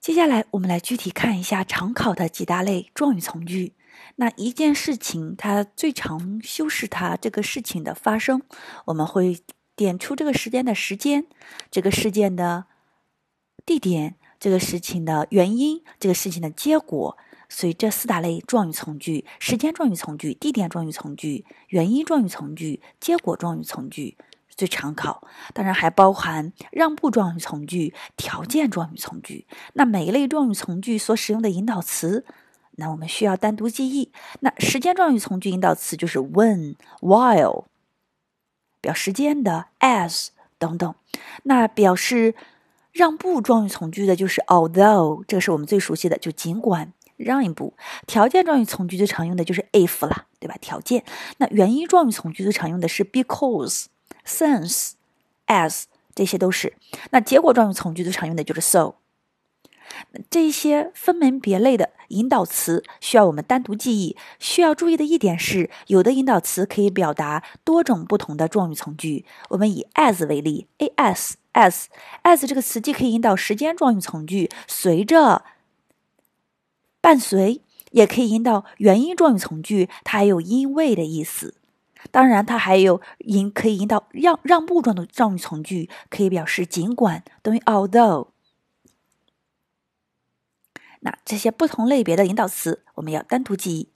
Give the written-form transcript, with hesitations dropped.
接下来我们来具体看一下常考的几大类状语从句。那一件事情它最常修饰它这个事情的发生，我们会点出这个时间的时间，这个事件的地点，这个事情的原因，这个事情的结果。所以这四大类状语从句：时间状语从句、地点状语从句、原因状语从句、结果状语从句最常考，当然还包含让步状语从句、条件状语从句。那每一类状语从句所使用的引导词，那我们需要单独记忆。那时间状语从句引导词就是 when、while， 表时间的 as 等等。那表示让步状语从句的就是 although， 这个是我们最熟悉的，就尽管让一步。条件状语从句最常用的就是 if 啦，对吧？条件。那原因状语从句最常用的是 because、since、as， 这些都是。那结果状语从句最常用的就是 so。这些分门别类的引导词需要我们单独记忆。需要注意的一点是，有的引导词可以表达多种不同的状语从句。我们以 as 为例 ，as 这个词既可以引导时间状语从句，随着、伴随，也可以引导原因状语从句，它还有因为的意思。当然，它还有可以引导让步状语从句，可以表示尽管等于 although。那这些不同类别的引导词，我们要单独记忆。